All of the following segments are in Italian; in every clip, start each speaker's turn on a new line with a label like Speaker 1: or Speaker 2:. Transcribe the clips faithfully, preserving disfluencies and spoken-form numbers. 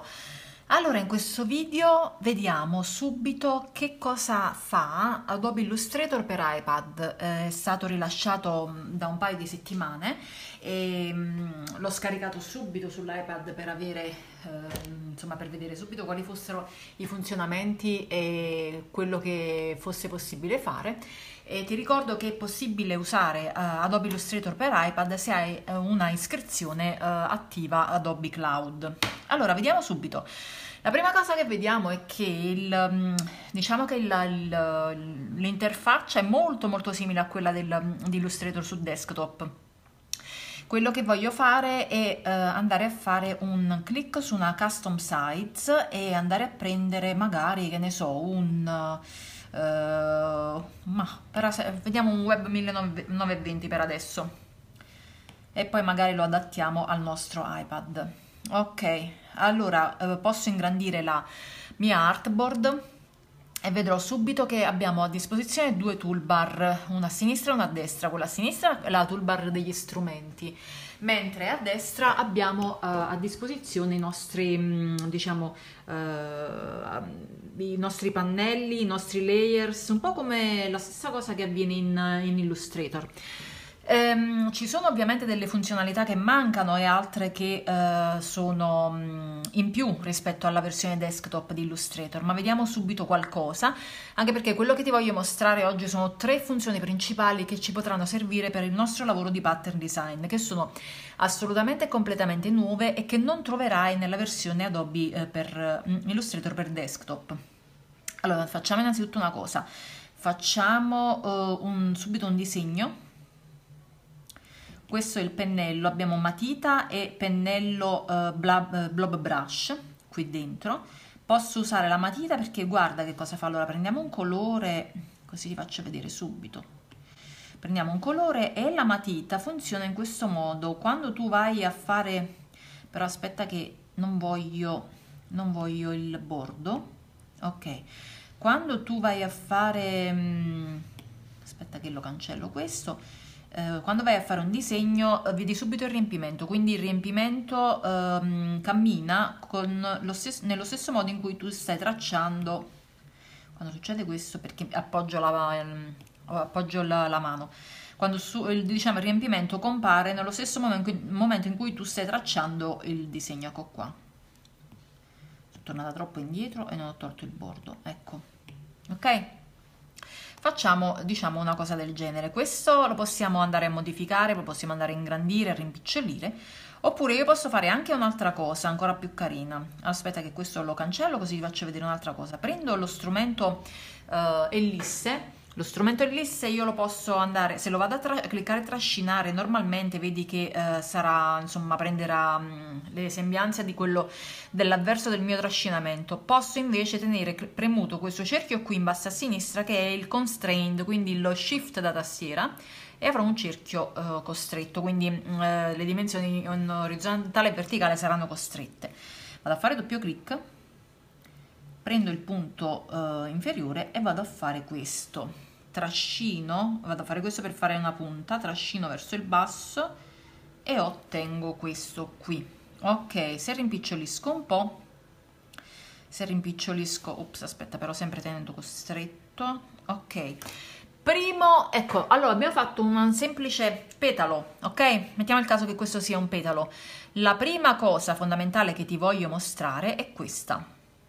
Speaker 1: Ciao! Allora, in questo video vediamo subito che cosa fa Adobe Illustrator per iPad. Eh, è stato rilasciato mh, da un paio di settimane e mh, l'ho scaricato subito sull'iPad per avere, eh, insomma, per vedere subito quali fossero i funzionamenti e quello che fosse possibile fare. E ti ricordo che è possibile usare uh, Adobe Illustrator per iPad se hai uh, una iscrizione uh, attiva Adobe Cloud. Allora, vediamo subito. La prima cosa che vediamo è che il, um, diciamo che l'interfaccia è molto molto simile a quella del, di Illustrator su desktop. Quello che voglio fare è uh, andare a fare un clic su una custom sites e andare a prendere magari, che ne so, un... Uh, Uh, ma per, vediamo un web millenovecentoventi per adesso e poi magari lo adattiamo al nostro iPad. Ok, allora uh, posso ingrandire la mia artboard e vedrò subito che abbiamo a disposizione due toolbar, una a sinistra e una a destra. Quella a sinistra è la toolbar degli strumenti, mentre a destra abbiamo uh, a disposizione i nostri, mh, diciamo, uh, i nostri pannelli, i nostri layers, un po' come la stessa cosa che avviene in, in Illustrator. Um, ci sono ovviamente delle funzionalità che mancano e altre che uh, sono um, in più rispetto alla versione desktop di Illustrator, ma vediamo subito qualcosa, anche perché quello che ti voglio mostrare oggi sono tre funzioni principali che ci potranno servire per il nostro lavoro di pattern design, che sono assolutamente e completamente nuove e che non troverai nella versione Adobe eh, per uh, Illustrator per desktop. Allora, facciamo innanzitutto una cosa, facciamo uh, un, subito un disegno. Questo è il pennello, abbiamo matita e pennello uh, blob, blob brush qui dentro. Posso usare la matita perché guarda che cosa fa. Allora prendiamo un colore, così ti faccio vedere subito. Prendiamo un colore e la matita funziona in questo modo. Quando tu vai a fare, però aspetta che non voglio, non voglio il bordo, ok. Quando tu vai a fare, mh, aspetta che lo cancello questo. Uh, quando vai a fare un disegno uh, vedi subito il riempimento, quindi il riempimento uh, cammina con lo stesso, nello stesso modo in cui tu stai tracciando. Quando succede questo, perché appoggio la, um, appoggio la, la mano, quando su, il, diciamo, il riempimento compare nello stesso momento in, cui, momento in cui tu stai tracciando il disegno. Ecco qua, sono tornata troppo indietro e non ho tolto il bordo, ecco, ok. Facciamo, diciamo, una cosa del genere. Questo lo possiamo andare a modificare, lo possiamo andare a ingrandire, a rimpicciolire, oppure io posso fare anche un'altra cosa ancora più carina. Aspetta che questo lo cancello così vi faccio vedere un'altra cosa. Prendo lo strumento uh, ellisse. Lo strumento ellisse io lo posso andare, se lo vado a cliccare e trascinare, normalmente vedi che uh, sarà, insomma, prenderà um, le sembianze di quello dell'avverso del mio trascinamento. Posso invece tenere premuto questo cerchio qui in basso a sinistra che è il constrained, quindi lo shift da tastiera, e avrò un cerchio uh, costretto, quindi uh, le dimensioni in orizzontale e verticale saranno costrette. Vado a fare doppio clic, prendo il punto uh, inferiore e vado a fare questo, trascino, vado a fare questo per fare una punta, trascino verso il basso e ottengo questo qui. Ok, se rimpicciolisco un po', se rimpicciolisco, ops, aspetta, però sempre tenendo costretto, ok. Primo, ecco, allora abbiamo fatto un semplice petalo, ok? Mettiamo il caso che questo sia un petalo. La prima cosa fondamentale che ti voglio mostrare è questa.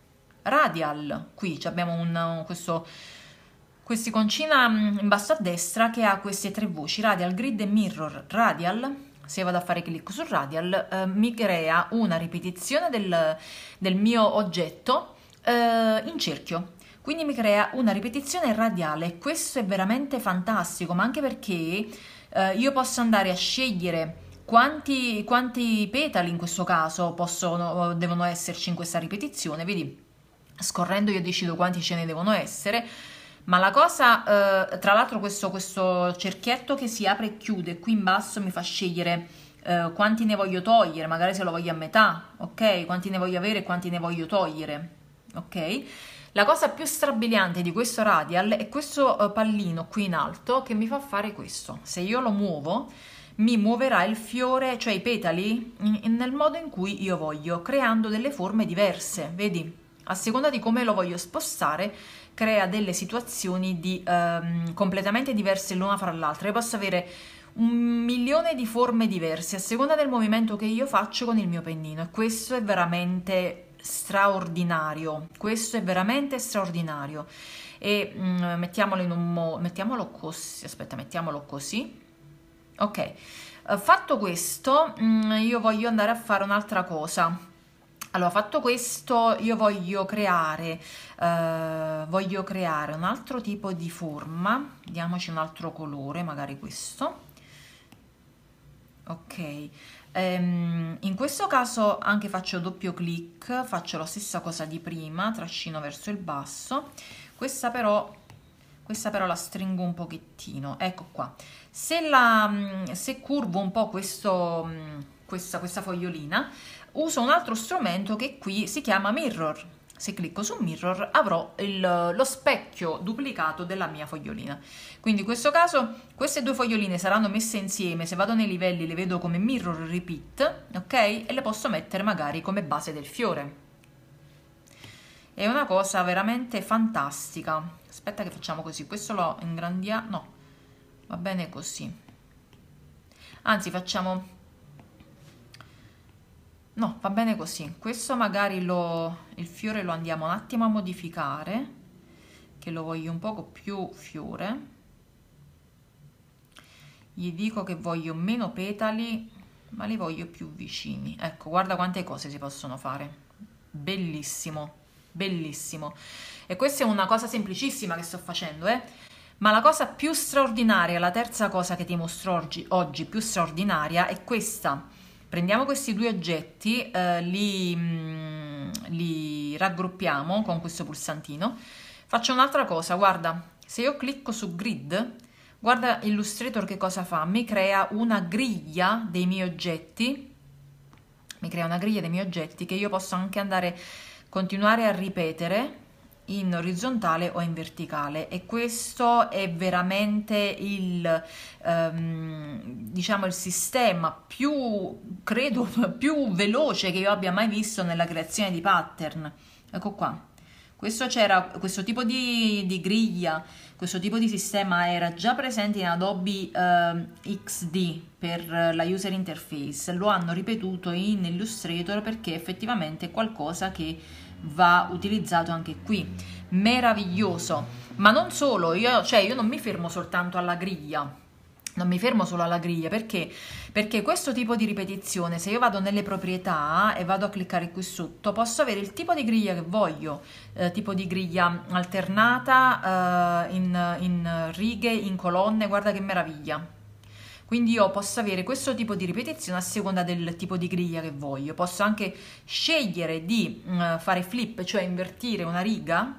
Speaker 1: Radial, qui abbiamo un, questo quest'iconcina in basso a destra che ha queste tre voci, Radial, Grid e Mirror. Radial, se vado a fare clic su Radial, eh, mi crea una ripetizione del, del mio oggetto eh, in cerchio, quindi mi crea una ripetizione radiale. Questo è veramente fantastico, ma anche perché eh, io posso andare a scegliere quanti, quanti petali in questo caso possono, devono esserci in questa ripetizione, vedi? Scorrendo io decido quanti ce ne devono essere, ma la cosa, eh, tra l'altro questo, questo cerchietto che si apre e chiude qui in basso mi fa scegliere eh, quanti ne voglio togliere, magari se lo voglio a metà, ok? Quanti ne voglio avere e quanti ne voglio togliere, ok? La cosa più strabiliante di questo radial è questo eh, pallino qui in alto che mi fa fare questo. Se io lo muovo mi muoverà il fiore, cioè i petali, in- nel modo in cui io voglio, creando delle forme diverse, vedi? A seconda di come lo voglio spostare, crea delle situazioni di, ehm, completamente diverse l'una fra l'altra. Io posso avere un milione di forme diverse a seconda del movimento che io faccio con il mio pennino, e questo è veramente straordinario. Questo è veramente straordinario. E mm, mettiamolo in un mo- mettiamolo così, aspetta, mettiamolo così. Ok, eh, fatto questo, mm, io voglio andare a fare un'altra cosa. Allora, fatto questo, io voglio creare, eh, voglio creare un altro tipo di forma. Diamoci un altro colore, magari questo. Ok, ehm, in questo caso anche faccio doppio clic, faccio la stessa cosa di prima, trascino verso il basso. Questa però, questa però la stringo un pochettino, ecco qua. Se, la, se curvo un po' questo, questa, questa fogliolina, uso un altro strumento che qui si chiama mirror. Se clicco su mirror avrò il- lo specchio duplicato della mia fogliolina. Quindi in questo caso queste due foglioline saranno messe insieme, se vado nei livelli le vedo come mirror repeat, ok? E le posso mettere magari come base del fiore. È una cosa veramente fantastica. Aspetta che facciamo così, questo lo ingrandiamo, no, va bene così. Anzi, facciamo... No, va bene così. Questo magari lo, il fiore lo andiamo un attimo a modificare, che lo voglio un poco più fiore. Gli dico che voglio meno petali, ma li voglio più vicini. Ecco, guarda quante cose si possono fare. Bellissimo, bellissimo. E questa è una cosa semplicissima che sto facendo, eh? Ma la cosa più straordinaria, la terza cosa che ti mostro oggi, oggi più straordinaria, è questa. Prendiamo questi due oggetti, eh, li, mm, li raggruppiamo con questo pulsantino. Faccio un'altra cosa, guarda, se io clicco su grid, guarda Illustrator che cosa fa? Mi crea una griglia dei miei oggetti, mi crea una griglia dei miei oggetti che io posso anche andare, continuare a ripetere in orizzontale o in verticale, e questo è veramente il ehm, diciamo il sistema più, credo, più veloce che io abbia mai visto nella creazione di pattern. Ecco qua, questo c'era, questo tipo di, di griglia, questo tipo di sistema era già presente in Adobe eh, X D per la user interface, lo hanno ripetuto in Illustrator perché effettivamente è qualcosa che va utilizzato anche qui. Meraviglioso. Ma non solo, io, cioè io non mi fermo soltanto alla griglia, non mi fermo solo alla griglia, perché? Perché questo tipo di ripetizione, se io vado nelle proprietà e vado a cliccare qui sotto, posso avere il tipo di griglia che voglio, eh, tipo di griglia alternata, eh, in, in righe, in colonne, guarda che meraviglia. Quindi io posso avere questo tipo di ripetizione a seconda del tipo di griglia che voglio. Posso anche scegliere di uh, fare flip, cioè invertire una riga,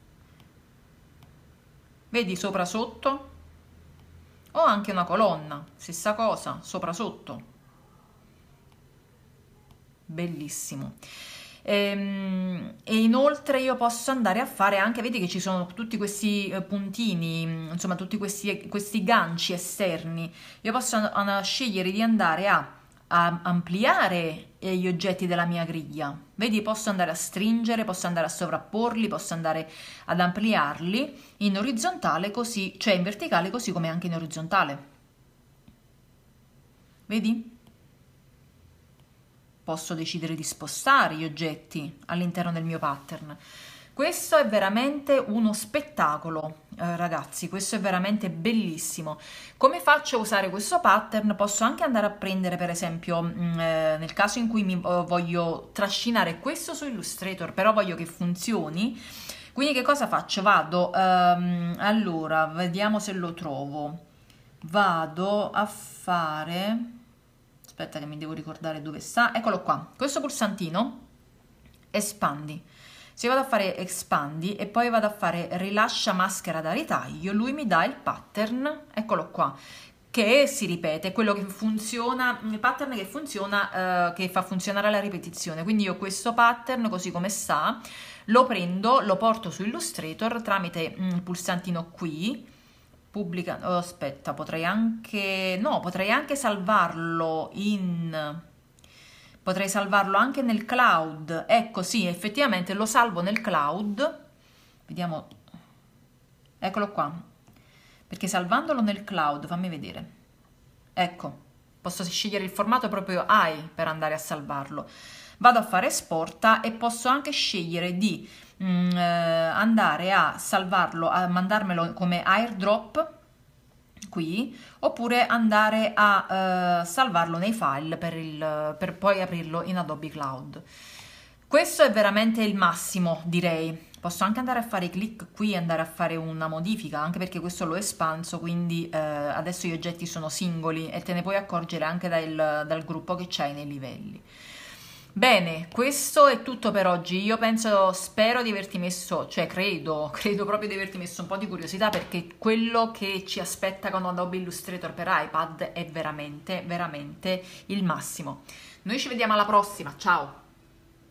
Speaker 1: vedi, sopra sotto, o anche una colonna, stessa cosa, sopra sotto. Bellissimo. Ehm, E inoltre io posso andare a fare anche, vedi che ci sono tutti questi eh, puntini, insomma tutti questi, questi ganci esterni. Io posso an- an- scegliere di andare a, a ampliare eh, gli oggetti della mia griglia. Vedi, posso andare a stringere, posso andare a sovrapporli, posso andare ad ampliarli in orizzontale così, cioè in verticale così come anche in orizzontale. Vedi? Posso decidere di spostare gli oggetti all'interno del mio pattern. Questo è veramente uno spettacolo, eh, ragazzi, questo è veramente bellissimo. Come faccio a usare questo pattern? Posso anche andare a prendere, per esempio, mh, eh, nel caso in cui mi eh, voglio trascinare questo su Illustrator, però voglio che funzioni. Quindi che cosa faccio? Vado, ehm, allora, vediamo se lo trovo. Vado a fare... Aspetta che mi devo ricordare dove sta. Eccolo qua. Questo pulsantino, espandi. Se io vado a fare espandi e poi vado a fare rilascia maschera da ritaglio, lui mi dà il pattern, eccolo qua, che si ripete, quello che funziona, il pattern che funziona, eh, che fa funzionare la ripetizione. Quindi io questo pattern, così come sta, lo prendo, lo porto su Illustrator tramite il pulsantino qui, pubblica, oh, aspetta, potrei anche, no, potrei anche salvarlo in, potrei salvarlo anche nel cloud, ecco sì, effettivamente lo salvo nel cloud, vediamo, eccolo qua, perché salvandolo nel cloud, fammi vedere, ecco, posso scegliere il formato proprio A I per andare a salvarlo, vado a fare esporta e posso anche scegliere di Mm, eh, andare a salvarlo, a mandarmelo come airdrop qui, oppure andare a eh, salvarlo nei file per, il, per poi aprirlo in Adobe Cloud. Questo è veramente il massimo, direi. Posso anche andare a fare clic qui e andare a fare una modifica, anche perché questo l'ho espanso, quindi eh, adesso gli oggetti sono singoli e te ne puoi accorgere anche dal, dal gruppo che c'hai nei livelli. Bene, questo è tutto per oggi. Io penso, spero di averti messo, cioè credo, credo proprio di averti messo un po' di curiosità, perché quello che ci aspetta con Adobe Illustrator per iPad è veramente, veramente il massimo. Noi ci vediamo alla prossima, ciao!